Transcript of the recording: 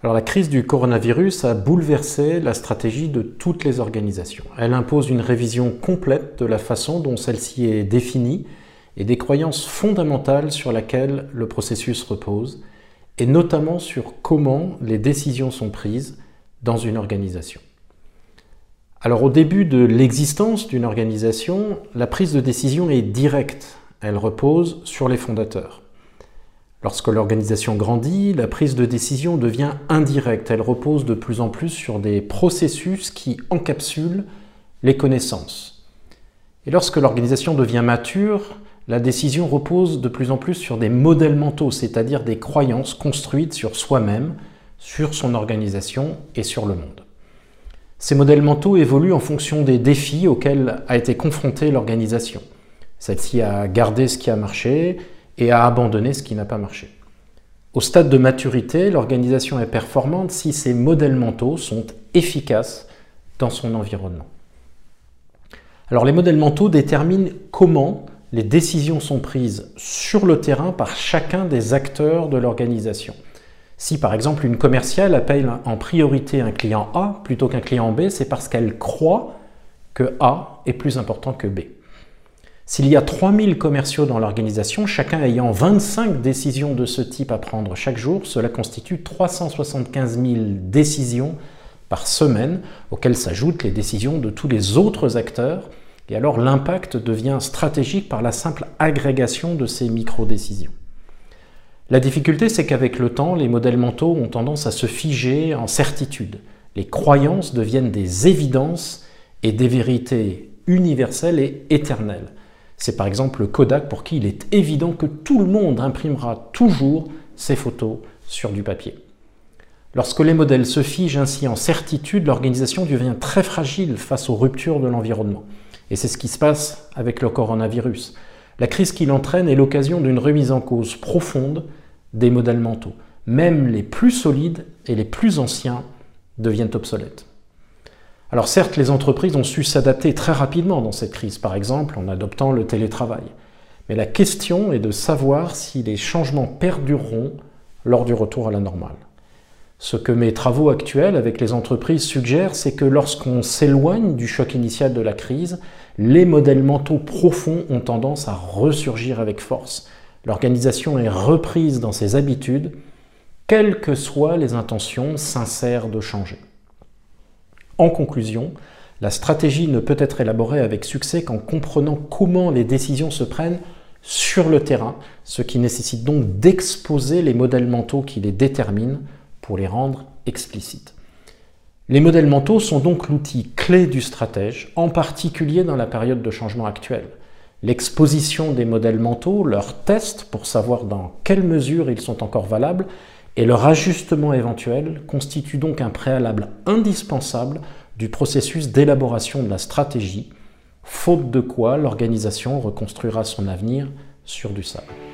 Alors la crise du coronavirus a bouleversé la stratégie de toutes les organisations. Elle impose une révision complète de la façon dont celle-ci est définie et des croyances fondamentales sur lesquelles le processus repose, et notamment sur comment les décisions sont prises dans une organisation. Alors au début de l'existence d'une organisation, la prise de décision est directe, elle repose sur les fondateurs. Lorsque l'organisation grandit, la prise de décision devient indirecte, elle repose de plus en plus sur des processus qui encapsulent les connaissances. Et lorsque l'organisation devient mature, la décision repose de plus en plus sur des modèles mentaux, c'est-à-dire des croyances construites sur soi-même, sur son organisation et sur le monde. Ces modèles mentaux évoluent en fonction des défis auxquels a été confrontée l'organisation. Celle-ci a gardé ce qui a marché et a abandonné ce qui n'a pas marché. Au stade de maturité, l'organisation est performante si ces modèles mentaux sont efficaces dans son environnement. Alors les modèles mentaux déterminent comment les décisions sont prises sur le terrain par chacun des acteurs de l'organisation. Si par exemple une commerciale appelle en priorité un client A plutôt qu'un client B, c'est parce qu'elle croit que A est plus important que B. S'il y a 3000 commerciaux dans l'organisation, chacun ayant 25 décisions de ce type à prendre chaque jour, cela constitue 375 000 décisions par semaine, auxquelles s'ajoutent les décisions de tous les autres acteurs. Et alors l'impact devient stratégique par la simple agrégation de ces micro-décisions. La difficulté, c'est qu'avec le temps, les modèles mentaux ont tendance à se figer en certitude. Les croyances deviennent des évidences et des vérités universelles et éternelles. C'est par exemple Kodak pour qui il est évident que tout le monde imprimera toujours ses photos sur du papier. Lorsque les modèles se figent ainsi en certitude, l'organisation devient très fragile face aux ruptures de l'environnement. Et c'est ce qui se passe avec le coronavirus. La crise qu'il entraîne est l'occasion d'une remise en cause profonde des modèles mentaux. Même les plus solides et les plus anciens deviennent obsolètes. Alors certes, les entreprises ont su s'adapter très rapidement dans cette crise, par exemple en adoptant le télétravail. Mais la question est de savoir si les changements perdureront lors du retour à la normale. Ce que mes travaux actuels avec les entreprises suggèrent, c'est que lorsqu'on s'éloigne du choc initial de la crise, les modèles mentaux profonds ont tendance à ressurgir avec force. L'organisation est reprise dans ses habitudes, quelles que soient les intentions sincères de changer. En conclusion, la stratégie ne peut être élaborée avec succès qu'en comprenant comment les décisions se prennent sur le terrain, ce qui nécessite donc d'exposer les modèles mentaux qui les déterminent pour les rendre explicites. Les modèles mentaux sont donc l'outil clé du stratège, en particulier dans la période de changement actuelle. L'exposition des modèles mentaux, leurs tests pour savoir dans quelle mesure ils sont encore valables, et leur ajustement éventuel constitue donc un préalable indispensable du processus d'élaboration de la stratégie, faute de quoi l'organisation reconstruira son avenir sur du sable.